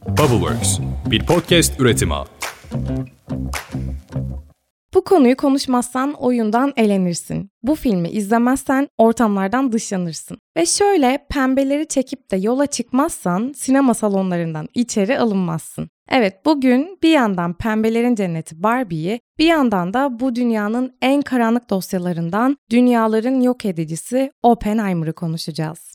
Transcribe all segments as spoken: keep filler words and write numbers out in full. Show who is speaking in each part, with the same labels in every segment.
Speaker 1: Bubbleworks, bir podcast üretimi.
Speaker 2: Bu konuyu konuşmazsan oyundan elenirsin. Bu filmi izlemezsen ortamlardan dışlanırsın. Ve şöyle pembeleri çekip de yola çıkmazsan sinema salonlarından içeri alınmazsın. Evet, bugün bir yandan pembelerin cenneti Barbie'yi, bir yandan da bu dünyanın en karanlık dosyalarından dünyaların yok edicisi Oppenheimer'ı konuşacağız.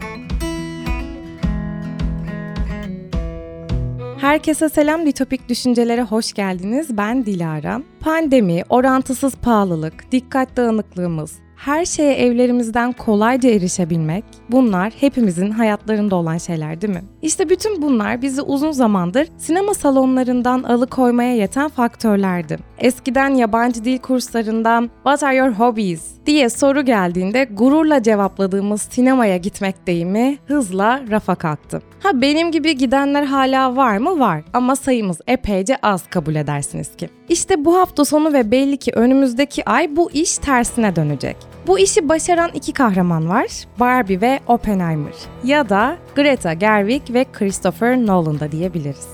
Speaker 2: Herkese selam, Ditopik Düşüncelere hoş geldiniz. Ben Dilara. Pandemi, orantısız pahalılık, dikkat dağınıklığımız, her şeye evlerimizden kolayca erişebilmek, bunlar hepimizin hayatlarında olan şeyler değil mi? İşte bütün bunlar bizi uzun zamandır sinema salonlarından alıkoymaya yeten faktörlerdi. Eskiden yabancı dil kurslarından "What are your hobbies?" diye soru geldiğinde gururla cevapladığımız sinemaya gitmek deyimi hızla rafa kalktı. Ha benim gibi gidenler hala var mı? Var. Ama sayımız epeyce az, kabul edersiniz ki. İşte bu hafta sonu ve belli ki önümüzdeki ay bu iş tersine dönecek. Bu işi başaran iki kahraman var. Barbie ve Oppenheimer. Ya da Greta Gerwig ve Christopher Nolan da diyebiliriz.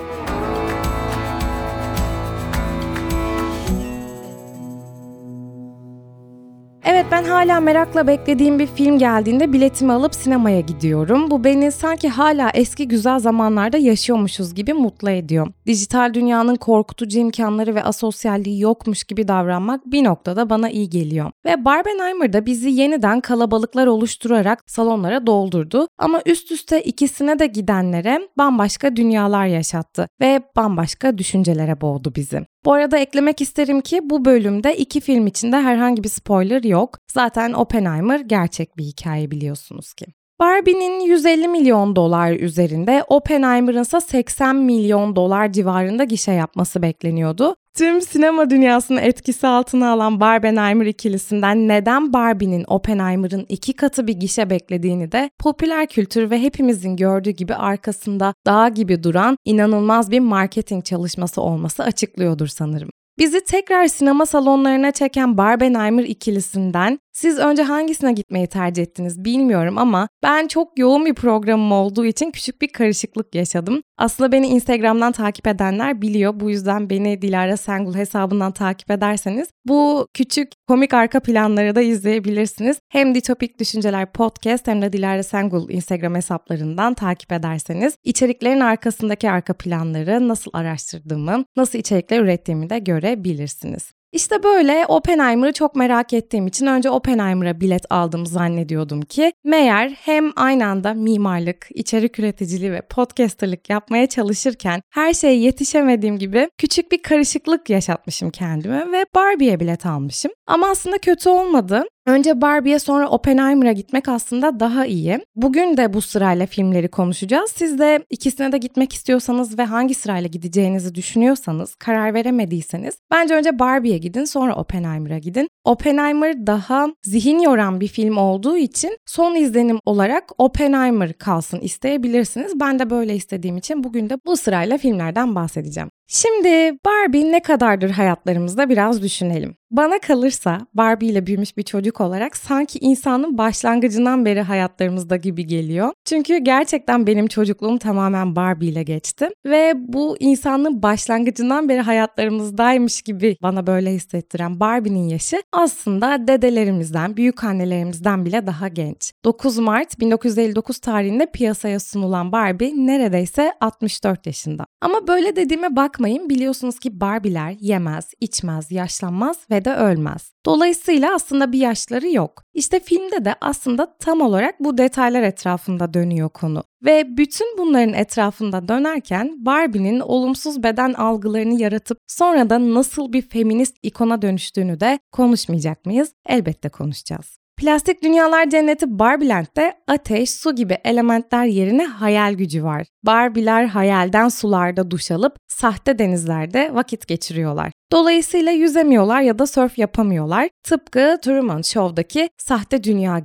Speaker 2: Evet, ben hala merakla beklediğim bir film geldiğinde biletimi alıp sinemaya gidiyorum. Bu beni sanki hala eski güzel zamanlarda yaşıyormuşuz gibi mutlu ediyor. Dijital dünyanın korkutucu imkanları ve asosyalliği yokmuş gibi davranmak bir noktada bana iyi geliyor. Ve Barbenheimer da bizi yeniden kalabalıklar oluşturarak salonlara doldurdu. Ama üst üste ikisine de gidenlere bambaşka dünyalar yaşattı ve bambaşka düşüncelere boğdu bizi. Bu arada eklemek isterim ki bu bölümde iki film içinde herhangi bir spoiler yok. Zaten Oppenheimer gerçek bir hikaye, biliyorsunuz ki. Barbie'nin yüz elli milyon dolar üzerinde, Oppenheimer'ın ise seksen milyon dolar civarında gişe yapması bekleniyordu. Tüm sinema dünyasını etkisi altına alan Barbenheimer ikilisinden neden Barbie'nin Oppenheimer'ın iki katı bir gişe beklediğini de popüler kültür ve hepimizin gördüğü gibi arkasında dağ gibi duran inanılmaz bir marketing çalışması olması açıklıyordur sanırım. Bizi tekrar sinema salonlarına çeken Barbenheimer ikilisinden siz önce hangisine gitmeyi tercih ettiniz bilmiyorum ama ben çok yoğun bir programım olduğu için küçük bir karışıklık yaşadım. Aslında beni Instagram'dan takip edenler biliyor. Bu yüzden beni Dilara Sengul hesabından takip ederseniz bu küçük komik arka planları da izleyebilirsiniz. Hem Ditopik Düşünceler Podcast hem de Dilara Sengul Instagram hesaplarından takip ederseniz içeriklerin arkasındaki arka planları, nasıl araştırdığımı, nasıl içerikler ürettiğimi de görebilirsiniz. İşte böyle Oppenheimer'ı çok merak ettiğim için önce Oppenheimer'a bilet aldım zannediyordum ki meğer hem aynı anda mimarlık, içerik üreticiliği ve podcasterlık yapmaya çalışırken her şeye yetişemediğim gibi küçük bir karışıklık yaşatmışım kendime ve Barbie'ye bilet almışım. Ama aslında kötü olmadı. Önce Barbie'ye sonra Oppenheimer'a gitmek aslında daha iyi. Bugün de bu sırayla filmleri konuşacağız. Siz de ikisine de gitmek istiyorsanız ve hangi sırayla gideceğinizi düşünüyorsanız, karar veremediyseniz bence önce Barbie'ye gidin, sonra Oppenheimer'a gidin. Oppenheimer daha zihin yoran bir film olduğu için son izlenim olarak Oppenheimer kalsın isteyebilirsiniz. Ben de böyle istediğim için bugün de bu sırayla filmlerden bahsedeceğim. Şimdi Barbie ne kadardır hayatlarımızda biraz düşünelim. Bana kalırsa Barbie ile büyümüş bir çocuk olarak sanki insanın başlangıcından beri hayatlarımızda gibi geliyor. Çünkü gerçekten benim çocukluğum tamamen Barbie ile geçti. Ve bu insanın başlangıcından beri hayatlarımızdaymış gibi bana böyle hissettiren Barbie'nin yaşı aslında dedelerimizden, büyükannelerimizden bile daha genç. dokuz Mart bin dokuz yüz elli dokuz tarihinde piyasaya sunulan Barbie neredeyse altmış dört yaşında. Ama böyle dediğime bakmayın, biliyorsunuz ki Barbie'ler yemez, içmez, yaşlanmaz ve de ölmez. Dolayısıyla aslında bir yaşları yok. İşte filmde de aslında tam olarak bu detaylar etrafında dönüyor konu. Ve bütün bunların etrafında dönerken Barbie'nin olumsuz beden algılarını yaratıp sonra da nasıl bir feminist ikona dönüştüğünü de konuşmayacak mıyız? Elbette konuşacağız. Plastik Dünyalar Cenneti Barbieland'de ateş, su gibi elementler yerine hayal gücü var. Barbie'ler hayalden sularda duş alıp sahte denizlerde vakit geçiriyorlar. Dolayısıyla yüzemiyorlar ya da sörf yapamıyorlar. Tıpkı Truman Show'daki sahte dünya gibi.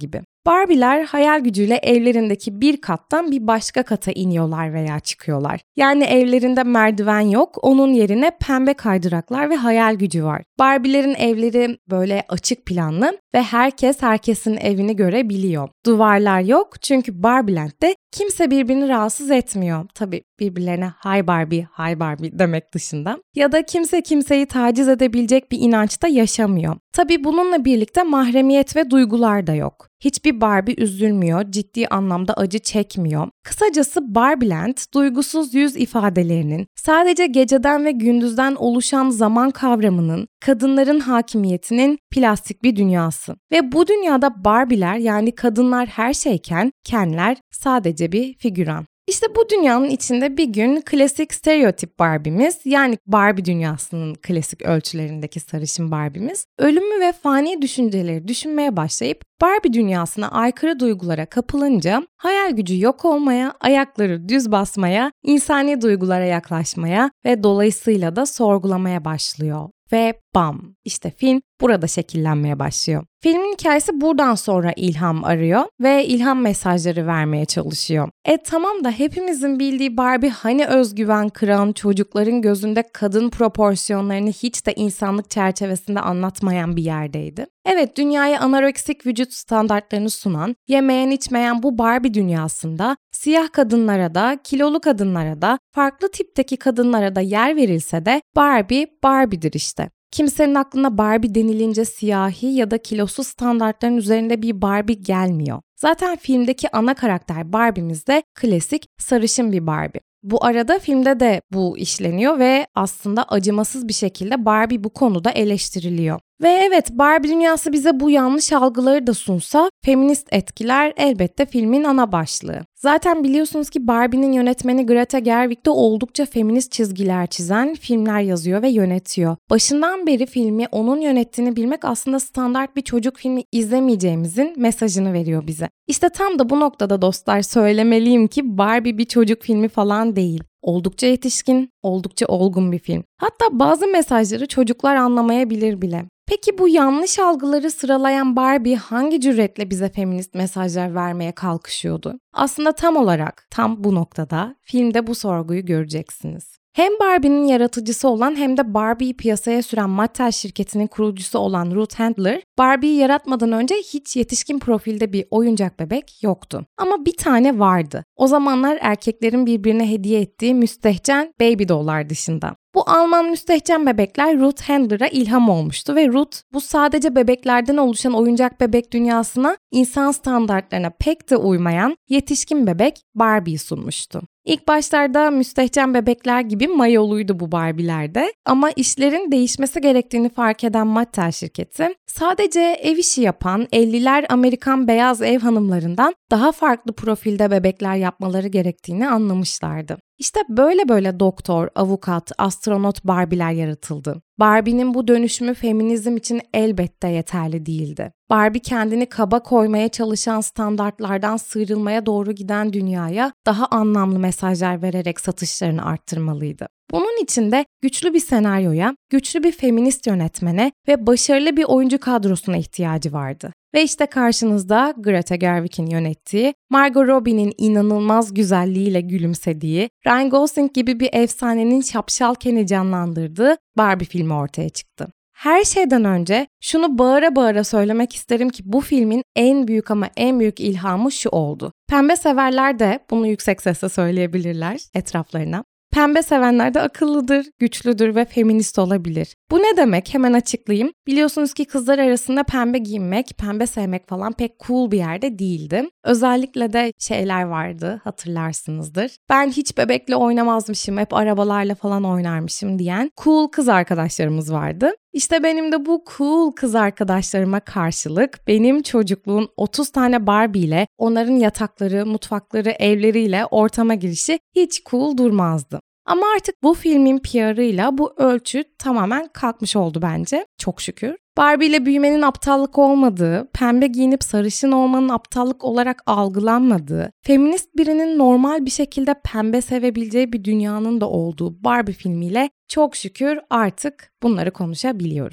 Speaker 2: Barbie'ler hayal gücüyle evlerindeki bir kattan bir başka kata iniyorlar veya çıkıyorlar. Yani evlerinde merdiven yok, onun yerine pembe kaydıraklar ve hayal gücü var. Barbie'lerin evleri böyle açık planlı ve herkes herkesin evini görebiliyor. Duvarlar yok çünkü Barbieland'de kimse birbirini rahatsız etmiyor. Tabii birbirlerine "Hi Barbie, hi Barbie" demek dışında. Ya da kimse kimseyi taciz edebilecek bir inançta yaşamıyor. Tabii bununla birlikte mahremiyet ve duygular da yok. Hiçbir Barbie üzülmüyor, ciddi anlamda acı çekmiyor. Kısacası Barbieland, duygusuz yüz ifadelerinin, sadece geceden ve gündüzden oluşan zaman kavramının, kadınların hakimiyetinin plastik bir dünyası. Ve bu dünyada Barbie'ler, yani kadınlar her şeyken Ken'ler sadece bir figüran. İşte bu dünyanın içinde bir gün klasik stereotip Barbie'miz, yani Barbie dünyasının klasik ölçülerindeki sarışın Barbie'miz, ölümü ve fani düşünceleri düşünmeye başlayıp Barbie dünyasına aykırı duygulara kapılınca hayal gücü yok olmaya, ayakları düz basmaya, insani duygulara yaklaşmaya ve dolayısıyla da sorgulamaya başlıyor. Ve bam! İşte film burada şekillenmeye başlıyor. Filmin hikayesi buradan sonra ilham arıyor ve ilham mesajları vermeye çalışıyor. E tamam da hepimizin bildiği Barbie hani özgüven kıran, çocukların gözünde kadın proporsiyonlarını hiç de insanlık çerçevesinde anlatmayan bir yerdeydi. Evet, dünyaya anoreksik vücut standartlarını sunan, yemeyen içmeyen bu Barbie dünyasında siyah kadınlara da, kilolu kadınlara da, farklı tipteki kadınlara da yer verilse de Barbie, Barbie'dir işte. Kimsenin aklına Barbie denilince siyahi ya da kilosuz standartların üzerinde bir Barbie gelmiyor. Zaten filmdeki ana karakter Barbie'miz de klasik sarışın bir Barbie. Bu arada filmde de bu işleniyor ve aslında acımasız bir şekilde Barbie bu konuda eleştiriliyor. Ve evet, Barbie dünyası bize bu yanlış algıları da sunsa, feminist etkiler elbette filmin ana başlığı. Zaten biliyorsunuz ki Barbie'nin yönetmeni Greta Gerwig de oldukça feminist çizgiler çizen filmler yazıyor ve yönetiyor. Başından beri filmi onun yönettiğini bilmek aslında standart bir çocuk filmi izlemeyeceğimizin mesajını veriyor bize. İşte tam da bu noktada dostlar söylemeliyim ki Barbie bir çocuk filmi falan değil. Oldukça yetişkin, oldukça olgun bir film. Hatta bazı mesajları çocuklar anlamayabilir bile. Peki bu yanlış algıları sıralayan Barbie hangi cüretle bize feminist mesajlar vermeye kalkışıyordu? Aslında tam olarak tam bu noktada filmde bu sorguyu göreceksiniz. Hem Barbie'nin yaratıcısı olan hem de Barbie'yi piyasaya süren Mattel şirketinin kurucusu olan Ruth Handler, Barbie'yi yaratmadan önce hiç yetişkin profilde bir oyuncak bebek yoktu. Ama bir tane vardı. O zamanlar erkeklerin birbirine hediye ettiği müstehcen baby doll'lar dışında. Bu Alman müstehcen bebekler Ruth Handler'a ilham olmuştu ve Ruth bu sadece bebeklerden oluşan oyuncak bebek dünyasına insan standartlarına pek de uymayan yetişkin bebek Barbie'yi sunmuştu. İlk başlarda müstehcen bebekler gibi mayoluydu bu Barbie'lerde ama işlerin değişmesi gerektiğini fark eden Mattel şirketi sadece ev işi yapan elliler Amerikan beyaz ev hanımlarından daha farklı profilde bebekler yapmaları gerektiğini anlamışlardı. İşte böyle böyle doktor, avukat, astronot Barbie'ler yaratıldı. Barbie'nin bu dönüşümü feminizm için elbette yeterli değildi. Barbie kendini kaba koymaya çalışan standartlardan sıyrılmaya doğru giden dünyaya daha anlamlı mesajlar vererek satışlarını arttırmalıydı. Bunun için de güçlü bir senaryoya, güçlü bir feminist yönetmene ve başarılı bir oyuncu kadrosuna ihtiyacı vardı. Ve işte karşınızda Greta Gerwig'in yönettiği, Margot Robbie'nin inanılmaz güzelliğiyle gülümsediği, Ryan Gosling gibi bir efsanenin şapşal Ken'i canlandırdığı Barbie filmi ortaya çıktı. Her şeyden önce şunu bağıra bağıra söylemek isterim ki bu filmin en büyük ama en büyük ilhamı şu oldu. Pembe severler de bunu yüksek sesle söyleyebilirler etraflarına. Pembe sevenler de akıllıdır, güçlüdür ve feminist olabilir. Bu ne demek? Hemen açıklayayım. Biliyorsunuz ki kızlar arasında pembe giyinmek, pembe sevmek falan pek cool bir yerde değildi. Özellikle de şeyler vardı, hatırlarsınızdır. Ben hiç bebekle oynamazmışım, hep arabalarla falan oynarmışım diyen cool kız arkadaşlarımız vardı. İşte benim de bu cool kız arkadaşlarıma karşılık benim çocukluğun otuz tane Barbie ile onların yatakları, mutfakları, evleriyle ortama girişi hiç cool durmazdı. Ama artık bu filmin P R'ıyla bu ölçü tamamen kalkmış oldu bence. Çok şükür. Barbie ile büyümenin aptallık olmadığı, pembe giyinip sarışın olmanın aptallık olarak algılanmadığı, feminist birinin normal bir şekilde pembe sevebileceği bir dünyanın da olduğu Barbie filmiyle çok şükür artık bunları konuşabiliyoruz.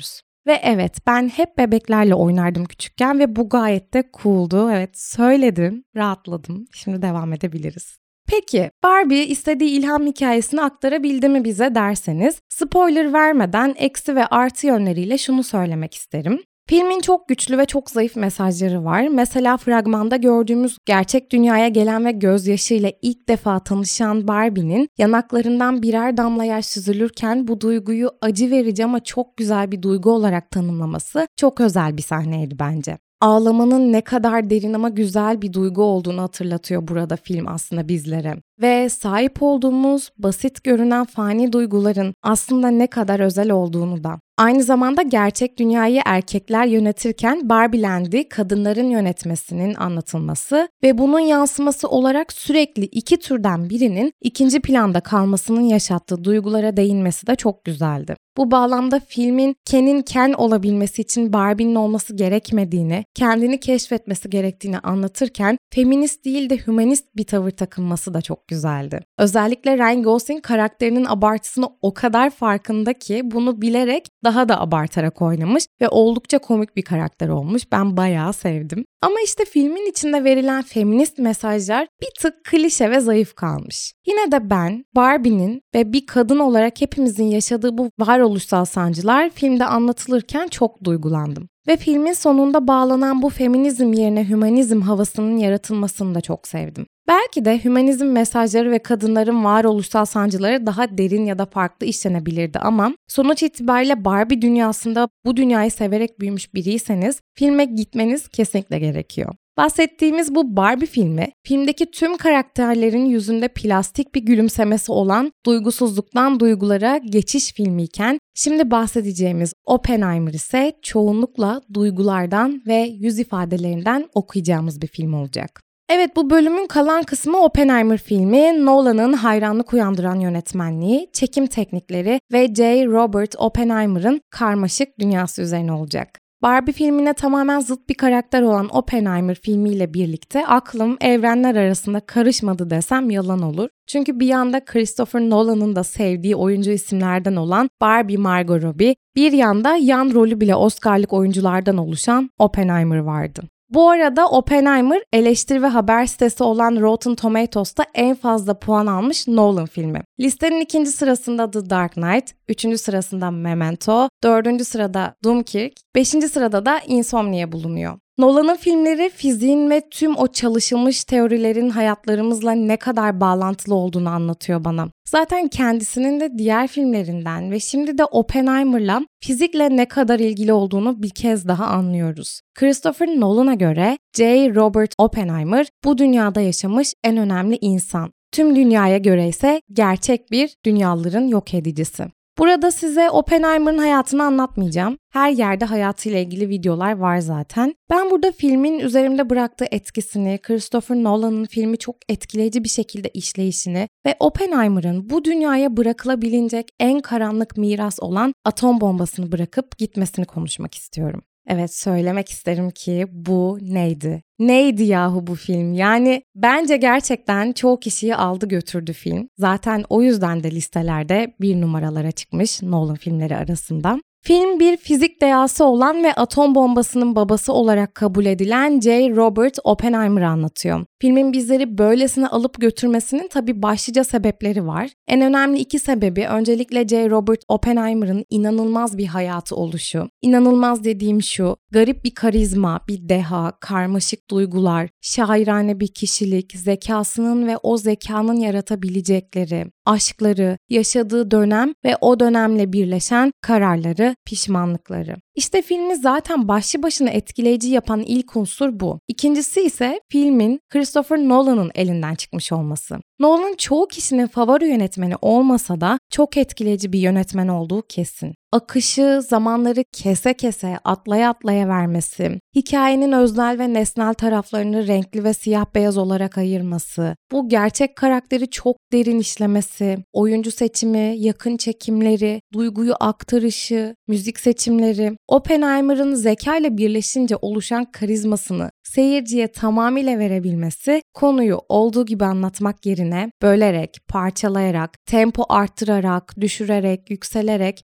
Speaker 2: Ve evet, ben hep bebeklerle oynardım küçükken ve bu gayet de cool'du. Evet, söyledim, rahatladım. Şimdi devam edebiliriz. Peki Barbie istediği ilham hikayesini aktarabildi mi bize derseniz, spoiler vermeden eksi ve artı yönleriyle şunu söylemek isterim. Filmin çok güçlü ve çok zayıf mesajları var. Mesela fragmanda gördüğümüz gerçek dünyaya gelen ve gözyaşıyla ilk defa tanışan Barbie'nin yanaklarından birer damla yaş süzülürken bu duyguyu acı verici ama çok güzel bir duygu olarak tanımlaması çok özel bir sahneydi bence. Ağlamanın ne kadar derin ama güzel bir duygu olduğunu hatırlatıyor burada film aslında bizlere. Ve sahip olduğumuz basit görünen fani duyguların aslında ne kadar özel olduğunu da. Aynı zamanda gerçek dünyayı erkekler yönetirken Barbieland'i kadınların yönetmesinin anlatılması ve bunun yansıması olarak sürekli iki türden birinin ikinci planda kalmasının yaşattığı duygulara değinmesi de çok güzeldi. Bu bağlamda filmin Ken'in Ken olabilmesi için Barbie'nin olması gerekmediğini, kendini keşfetmesi gerektiğini anlatırken feminist değil de hümanist bir tavır takınması da çok güzeldi. Özellikle Ryan Gosling karakterinin abartısını o kadar farkında ki bunu bilerek daha da abartarak oynamış ve oldukça komik bir karakter olmuş. Ben bayağı sevdim. Ama işte filmin içinde verilen feminist mesajlar bir tık klişe ve zayıf kalmış. Yine de ben Barbie'nin ve bir kadın olarak hepimizin yaşadığı bu varoluşsal sancılar filmde anlatılırken çok duygulandım. Ve filmin sonunda bağlanan bu feminizm yerine hümanizm havasının yaratılmasını da çok sevdim. Belki de hümanizm mesajları ve kadınların varoluşsal sancıları daha derin ya da farklı işlenebilirdi ama sonuç itibariyle Barbie dünyasında bu dünyayı severek büyümüş biriyseniz filme gitmeniz kesinlikle gerekiyor. Bahsettiğimiz bu Barbie filmi, filmdeki tüm karakterlerin yüzünde plastik bir gülümsemesi olan duygusuzluktan duygulara geçiş filmiyken, şimdi bahsedeceğimiz Oppenheimer ise çoğunlukla duygulardan ve yüz ifadelerinden okuyacağımız bir film olacak. Evet, bu bölümün kalan kısmı Oppenheimer filmi, Nolan'ın hayranlık uyandıran yönetmenliği, çekim teknikleri ve J. Robert Oppenheimer'ın karmaşık dünyası üzerine olacak. Barbie filmine tamamen zıt bir karakter olan Oppenheimer filmiyle birlikte aklım evrenler arasında karışmadı desem yalan olur. Çünkü bir yanda Christopher Nolan'ın da sevdiği oyuncu isimlerden olan Barbie Margot Robbie, bir yanda yan rolü bile Oscar'lık oyunculardan oluşan Oppenheimer vardı. Bu arada Oppenheimer eleştiri ve haber sitesi olan Rotten Tomatoes'ta en fazla puan almış Nolan filmi. Listenin ikinci sırasında The Dark Knight, üçüncü sırasında Memento, dördüncü sırada Dunkirk, beşinci sırada da Insomnia bulunuyor. Nolan'ın filmleri fiziğin ve tüm o çalışılmış teorilerin hayatlarımızla ne kadar bağlantılı olduğunu anlatıyor bana. Zaten kendisinin de diğer filmlerinden ve şimdi de Oppenheimer'la fizikle ne kadar ilgili olduğunu bir kez daha anlıyoruz. Christopher Nolan'a göre J. Robert Oppenheimer bu dünyada yaşamış en önemli insan. Tüm dünyaya göre ise gerçek bir dünyaların yok edicisi. Burada size Oppenheimer'ın hayatını anlatmayacağım. Her yerde hayatıyla ilgili videolar var zaten. Ben burada filmin üzerimde bıraktığı etkisini, Christopher Nolan'ın filmi çok etkileyici bir şekilde işleyişini ve Oppenheimer'ın bu dünyaya bırakılabilecek en karanlık miras olan atom bombasını bırakıp gitmesini konuşmak istiyorum. Evet, söylemek isterim ki bu neydi? Neydi yahu bu film? Yani bence gerçekten çoğu kişiyi aldı götürdü film. Zaten o yüzden de listelerde bir numaralara çıkmış Nolan filmleri arasında. Film bir fizik dehası olan ve atom bombasının babası olarak kabul edilen J. Robert Oppenheimer'ı anlatıyor. Filmin bizleri böylesine alıp götürmesinin tabii başlıca sebepleri var. En önemli iki sebebi öncelikle J. Robert Oppenheimer'ın inanılmaz bir hayatı oluşu. İnanılmaz dediğim şu, garip bir karizma, bir deha, karmaşık duygular, şairane bir kişilik, zekasının ve o zekanın yaratabilecekleri, aşkları, yaşadığı dönem ve o dönemle birleşen kararları, pişmanlıkları. İşte filmi zaten başlı başına etkileyici yapan ilk unsur bu. İkincisi ise filmin Christopher Nolan'ın elinden çıkmış olması. Nolan çoğu kişinin favori yönetmeni olmasa da çok etkileyici bir yönetmen olduğu kesin. Akışı, zamanları kese kese, atlaya atlaya vermesi, hikayenin öznel ve nesnel taraflarını renkli ve siyah beyaz olarak ayırması, bu gerçek karakteri çok derin işlemesi, oyuncu seçimi, yakın çekimleri, duyguyu aktarışı, müzik seçimleri, Oppenheimer'ın zekayla birleşince oluşan karizmasını seyirciye tamamıyla verebilmesi, konuyu olduğu gibi anlatmak yerine bölerek, parçalayarak, tempo arttırarak, düşürerek, yükselerek ve bazen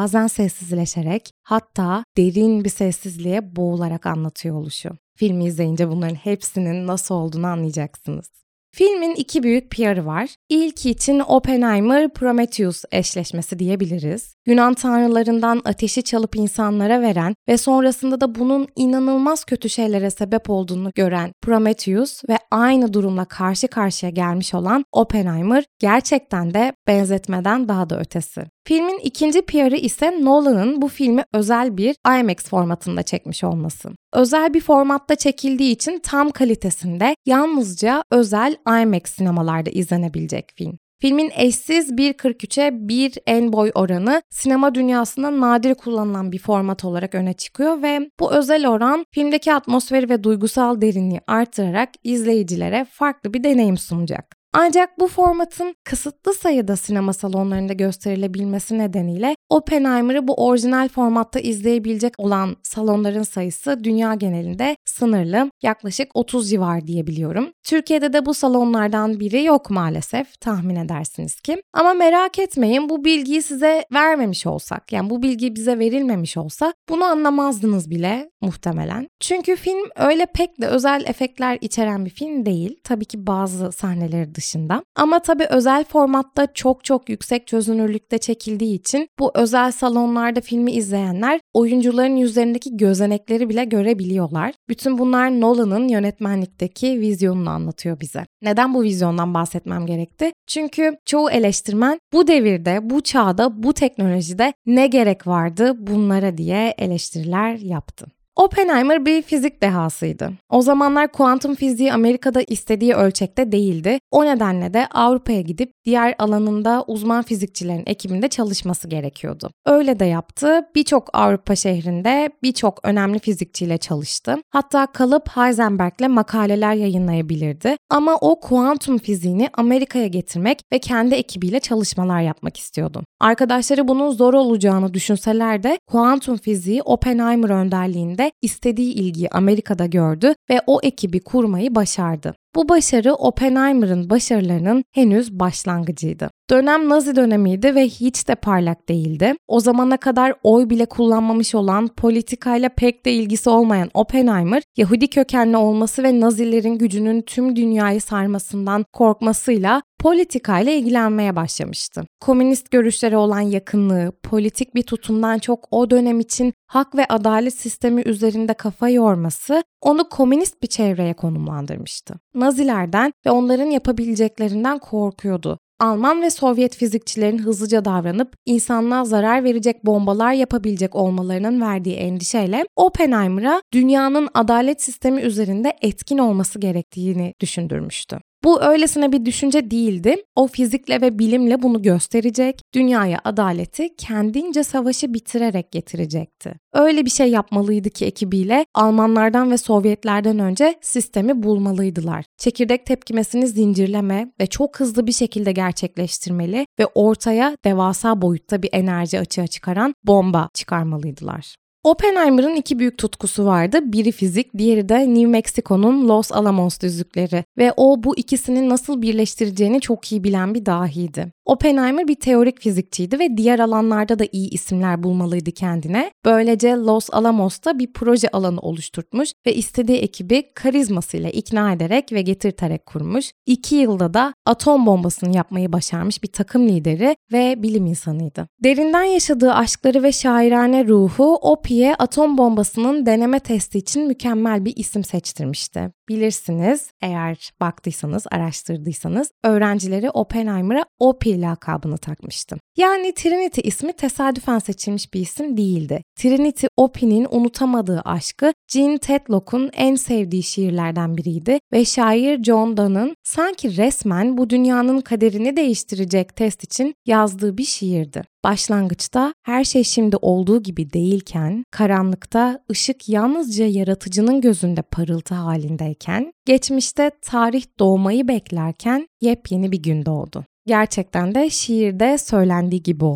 Speaker 2: bazen sessizleşerek, hatta derin bir sessizliğe boğularak anlatıyor oluşu. Filmi izleyince bunların hepsinin nasıl olduğunu anlayacaksınız. Filmin iki büyük P R'ı var. İlki için Oppenheimer-Prometheus eşleşmesi diyebiliriz. Yunan tanrılarından ateşi çalıp insanlara veren ve sonrasında da bunun inanılmaz kötü şeylere sebep olduğunu gören Prometheus ve aynı durumla karşı karşıya gelmiş olan Oppenheimer gerçekten de benzetmeden daha da ötesi. Filmin ikinci P R'ı ise Nolan'ın bu filmi özel bir IMAX formatında çekmiş olması. Özel bir formatta çekildiği için tam kalitesinde yalnızca özel IMAX sinemalarda izlenebilecek film. Filmin eşsiz bir kırk üçe bir en boy oranı sinema dünyasında nadir kullanılan bir format olarak öne çıkıyor ve bu özel oran filmdeki atmosferi ve duygusal derinliği artırarak izleyicilere farklı bir deneyim sunacak. Ancak bu formatın kısıtlı sayıda sinema salonlarında gösterilebilmesi nedeniyle Oppenheimer'ı bu orijinal formatta izleyebilecek olan salonların sayısı dünya genelinde sınırlı, yaklaşık otuz civar diyebiliyorum. Türkiye'de de bu salonlardan biri yok maalesef, tahmin edersiniz ki. Ama merak etmeyin, bu bilgiyi size vermemiş olsak, yani bu bilgi bize verilmemiş olsa bunu anlamazdınız bile muhtemelen. Çünkü film öyle pek de özel efektler içeren bir film değil. Tabii ki bazı sahneleri dışında. Ama tabii özel formatta çok çok yüksek çözünürlükte çekildiği için bu özel salonlarda filmi izleyenler oyuncuların yüzlerindeki gözenekleri bile görebiliyorlar. Bütün bunlar Nolan'ın yönetmenlikteki vizyonunu anlatıyor bize. Neden bu vizyondan bahsetmem gerekti? Çünkü çoğu eleştirmen bu devirde, bu çağda, bu teknolojide ne gerek vardı bunlara diye eleştiriler yaptı. Oppenheimer bir fizik dehasıydı. O zamanlar kuantum fiziği Amerika'da istediği ölçekte değildi. O nedenle de Avrupa'ya gidip diğer alanında uzman fizikçilerin ekibinde çalışması gerekiyordu. Öyle de yaptı. Birçok Avrupa şehrinde birçok önemli fizikçiyle çalıştı. Hatta kalıp Heisenberg'le makaleler yayınlayabilirdi. Ama o kuantum fiziğini Amerika'ya getirmek ve kendi ekibiyle çalışmalar yapmak istiyordu. Arkadaşları bunun zor olacağını düşünseler de kuantum fiziği Oppenheimer önderliğinde istediği ilgiyi Amerika'da gördü ve o ekibi kurmayı başardı. Bu başarı Oppenheimer'ın başarılarının henüz başlangıcıydı. Dönem Nazi dönemiydi ve hiç de parlak değildi. O zamana kadar oy bile kullanmamış olan, politikayla pek de ilgisi olmayan Oppenheimer, Yahudi kökenli olması ve Nazilerin gücünün tüm dünyayı sarmasından korkmasıyla politikayla ilgilenmeye başlamıştı. Komünist görüşlere olan yakınlığı, politik bir tutumdan çok o dönem için hak ve adalet sistemi üzerinde kafa yorması onu komünist bir çevreye konumlandırmıştı. Nazilerden ve onların yapabileceklerinden korkuyordu. Alman ve Sovyet fizikçilerin hızlıca davranıp insanlığa zarar verecek bombalar yapabilecek olmalarının verdiği endişeyle Oppenheimer'a dünyanın adalet sistemi üzerinde etkin olması gerektiğini düşündürmüştü. Bu öylesine bir düşünce değildi. O fizikle ve bilimle bunu gösterecek, dünyaya adaleti kendince savaşı bitirerek getirecekti. Öyle bir şey yapmalıydı ki ekibiyle Almanlardan ve Sovyetlerden önce sistemi bulmalıydılar. Çekirdek tepkimesini zincirleme ve çok hızlı bir şekilde gerçekleştirmeli ve ortaya devasa boyutta bir enerji açığa çıkaran bomba çıkarmalıydılar. Oppenheimer'ın iki büyük tutkusu vardı. Biri fizik, diğeri de New Mexico'nun Los Alamos düzlükleri ve o bu ikisini nasıl birleştireceğini çok iyi bilen bir dahiydi. Oppenheimer bir teorik fizikçiydi ve diğer alanlarda da iyi isimler bulmalıydı kendine. Böylece Los Alamos'ta bir proje alanı oluşturmuş ve istediği ekibi karizmasıyla ikna ederek ve getirterek kurmuş. İki yılda da atom bombasını yapmayı başarmış bir takım lideri ve bilim insanıydı. Derinden yaşadığı aşkları ve şairane ruhu Opie'ye atom bombasının deneme testi için mükemmel bir isim seçtirmişti. Bilirsiniz, eğer baktıysanız, araştırdıysanız öğrencileri Oppenheimer'a Opie lakabını takmıştı. Yani Trinity ismi tesadüfen seçilmiş bir isim değildi. Trinity, Opie'nin unutamadığı aşkı Jean Tetlock'un en sevdiği şiirlerden biriydi ve şair John Donne'ın sanki resmen bu dünyanın kaderini değiştirecek test için yazdığı bir şiirdi. Başlangıçta her şey şimdi olduğu gibi değilken, karanlıkta ışık yalnızca yaratıcının gözünde parıltı halindeyken, geçmişte tarih doğmayı beklerken yepyeni bir gün doğdu. Gerçekten de şiirde söylendiği gibi oldu.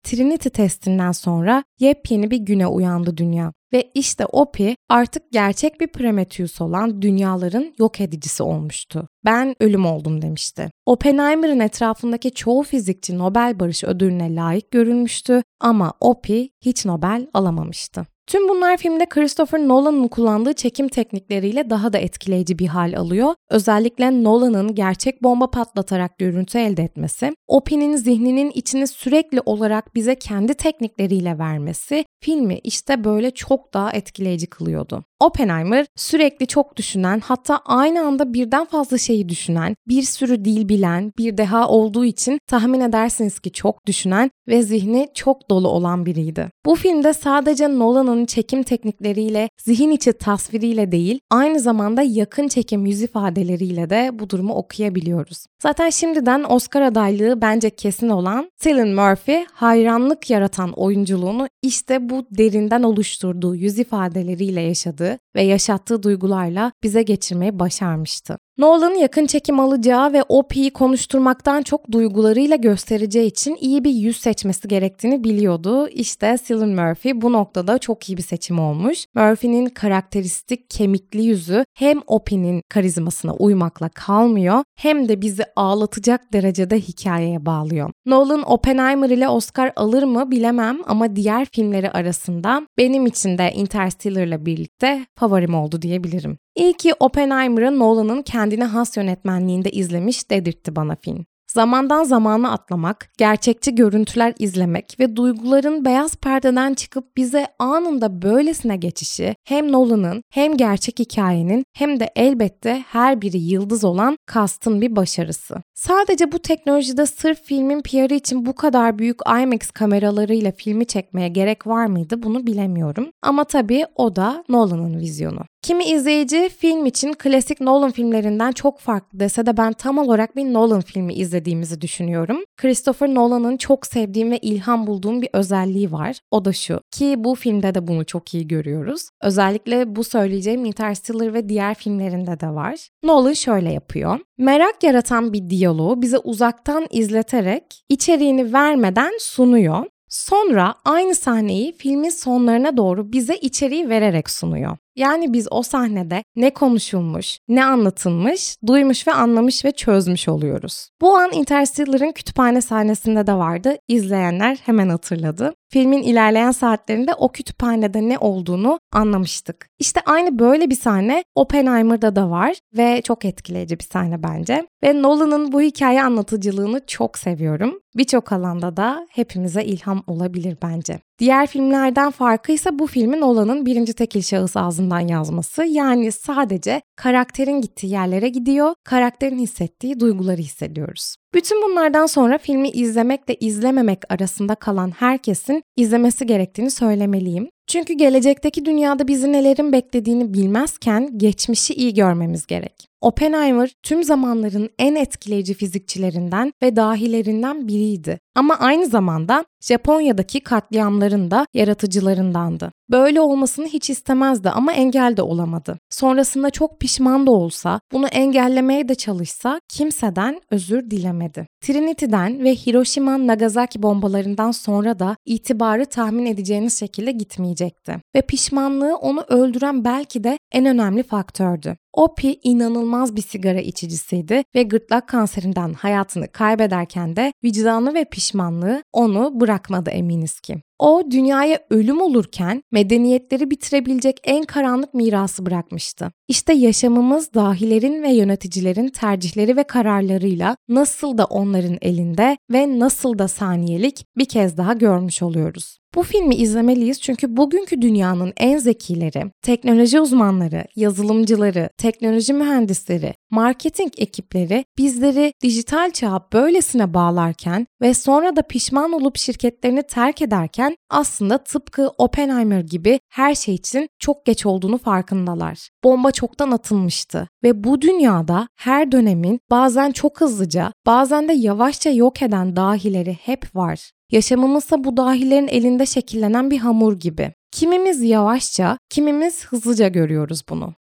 Speaker 2: Trinity testinden sonra yepyeni bir güne uyandı dünya. Ve işte Opie artık gerçek bir Prometheus olan dünyaların yok edicisi olmuştu. Ben ölüm oldum demişti. Oppenheimer'ın etrafındaki çoğu fizikçi Nobel Barış Ödülü'ne layık görülmüştü ama Opie hiç Nobel alamamıştı. Tüm bunlar filmde Christopher Nolan'ın kullandığı çekim teknikleriyle daha da etkileyici bir hal alıyor. Özellikle Nolan'ın gerçek bomba patlatarak görüntü elde etmesi, Opie'nin zihninin içini sürekli olarak bize kendi teknikleriyle vermesi filmi işte böyle çok daha etkileyici kılıyordu. Oppenheimer sürekli çok düşünen, hatta aynı anda birden fazla şeyi düşünen, bir sürü dil bilen, bir deha olduğu için tahmin edersiniz ki çok düşünen ve zihni çok dolu olan biriydi. Bu filmde sadece Nolan'ın çekim teknikleriyle, zihin içi tasviriyle değil, aynı zamanda yakın çekim yüz ifadeleriyle de bu durumu okuyabiliyoruz. Zaten şimdiden Oscar adaylığı bence kesin olan Cillian Murphy, hayranlık yaratan oyunculuğunu işte bu derinden oluşturduğu yüz ifadeleriyle yaşadığı ve yaşattığı duygularla bize geçirmeyi başarmıştı. Nolan yakın çekim alacağı ve Opie'yi konuşturmaktan çok duygularıyla göstereceği için iyi bir yüz seçmesi gerektiğini biliyordu. İşte Cillian Murphy bu noktada çok iyi bir seçim olmuş. Murphy'nin karakteristik kemikli yüzü hem Opie'nin karizmasına uymakla kalmıyor hem de bizi ağlatacak derecede hikayeye bağlıyor. Nolan Oppenheimer ile Oscar alır mı bilemem ama diğer filmleri arasında benim için de Interstellar'la birlikte favorim oldu diyebilirim. İyi ki Oppenheimer'ı Nolan'ın kendine has yönetmenliğinde izlemiş dedirtti bana film. Zamandan zamana atlamak, gerçekçi görüntüler izlemek ve duyguların beyaz perdeden çıkıp bize anında böylesine geçişi hem Nolan'ın hem gerçek hikayenin hem de elbette her biri yıldız olan cast'ın bir başarısı. Sadece bu teknolojide sırf filmin P R'ı için bu kadar büyük IMAX kameralarıyla filmi çekmeye gerek var mıydı bunu bilemiyorum. Ama tabii o da Nolan'ın vizyonu. Kimi izleyici film için klasik Nolan filmlerinden çok farklı dese de ben tam olarak bir Nolan filmi izlediğimizi düşünüyorum. Christopher Nolan'ın çok sevdiğim ve ilham bulduğum bir özelliği var. O da şu ki bu filmde de bunu çok iyi görüyoruz. Özellikle bu söyleyeceğim Interstellar ve diğer filmlerinde de var. Nolan şöyle yapıyor. Merak yaratan bir diyaloğu bize uzaktan izleterek içeriğini vermeden sunuyor. Sonra aynı sahneyi filmin sonlarına doğru bize içeriği vererek sunuyor. Yani biz o sahnede ne konuşulmuş, ne anlatılmış, duymuş ve anlamış ve çözmüş oluyoruz. Bu an Interstellar'ın kütüphane sahnesinde de vardı. İzleyenler hemen hatırladı. Filmin ilerleyen saatlerinde o kütüphanede ne olduğunu anlamıştık. İşte aynı böyle bir sahne Oppenheimer'da da var ve çok etkileyici bir sahne bence. Ve Nolan'ın bu hikaye anlatıcılığını çok seviyorum. Birçok alanda da hepimize ilham olabilir bence. Diğer filmlerden farkı ise bu filmin Nolan'ın birinci tekil şahıs ağzından yazması. Yani sadece karakterin gittiği yerlere gidiyor, karakterin hissettiği duyguları hissediyoruz. Bütün bunlardan sonra filmi izlemekle izlememek arasında kalan herkesin izlemesi gerektiğini söylemeliyim. Çünkü gelecekteki dünyada bizi nelerin beklediğini bilmezken geçmişi iyi görmemiz gerek. Oppenheimer tüm zamanların en etkileyici fizikçilerinden ve dahilerinden biriydi. Ama aynı zamanda Japonya'daki katliamların da yaratıcılarındandı. Böyle olmasını hiç istemezdi ama engel de olamadı. Sonrasında çok pişman da olsa, bunu engellemeye de çalışsa kimseden özür dilemedi. Trinity'den ve Hiroşima Nagasaki bombalarından sonra da itibarı tahmin edeceğiniz şekilde gitmeyecekti. Ve pişmanlığı onu öldüren belki de en önemli faktördü. Opie inanılmaz bir sigara içicisiydi ve gırtlak kanserinden hayatını kaybederken de vicdanı ve pişmanlığı onu bırakmadı eminiz ki. O dünyaya ölüm olurken medeniyetleri bitirebilecek en karanlık mirası bırakmıştı. İşte yaşamımız dahilerin ve yöneticilerin tercihleri ve kararlarıyla nasıl da onların elinde ve nasıl da saniyelik bir kez daha görmüş oluyoruz. Bu filmi izlemeliyiz çünkü bugünkü dünyanın en zekileri, teknoloji uzmanları, yazılımcıları, teknoloji mühendisleri, marketing ekipleri bizleri dijital çağa böylesine bağlarken ve sonra da pişman olup şirketlerini terk ederken aslında tıpkı Oppenheimer gibi her şey için çok geç olduğunu farkındalar. Bomba çoktan atılmıştı ve bu dünyada her dönemin bazen çok hızlıca, bazen de yavaşça yok eden dahileri hep var. Yaşamımızsa bu dahilerin elinde şekillenen bir hamur gibi. Kimimiz yavaşça, kimimiz hızlıca görüyoruz bunu.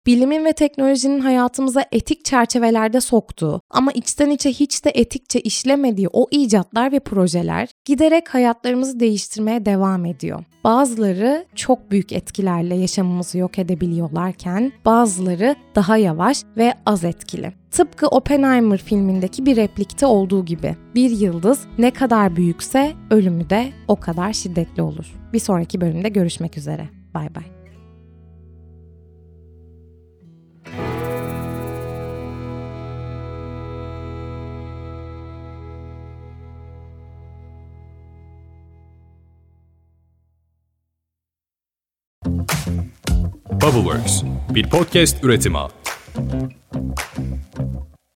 Speaker 2: Bilimin ve teknolojinin hayatımıza etik çerçevelerde soktuğu ama içten içe hiç de etikçe işlemediği o icatlar ve projeler giderek hayatlarımızı değiştirmeye devam ediyor. Bazıları çok büyük etkilerle yaşamımızı yok edebiliyorlarken bazıları daha yavaş ve az etkili. Tıpkı Oppenheimer filmindeki bir replikte olduğu gibi bir yıldız ne kadar büyükse ölümü de o kadar şiddetli olur. Bir sonraki bölümde görüşmek üzere. Bay bay.
Speaker 1: Bubbleworks, bir podcast üretimi.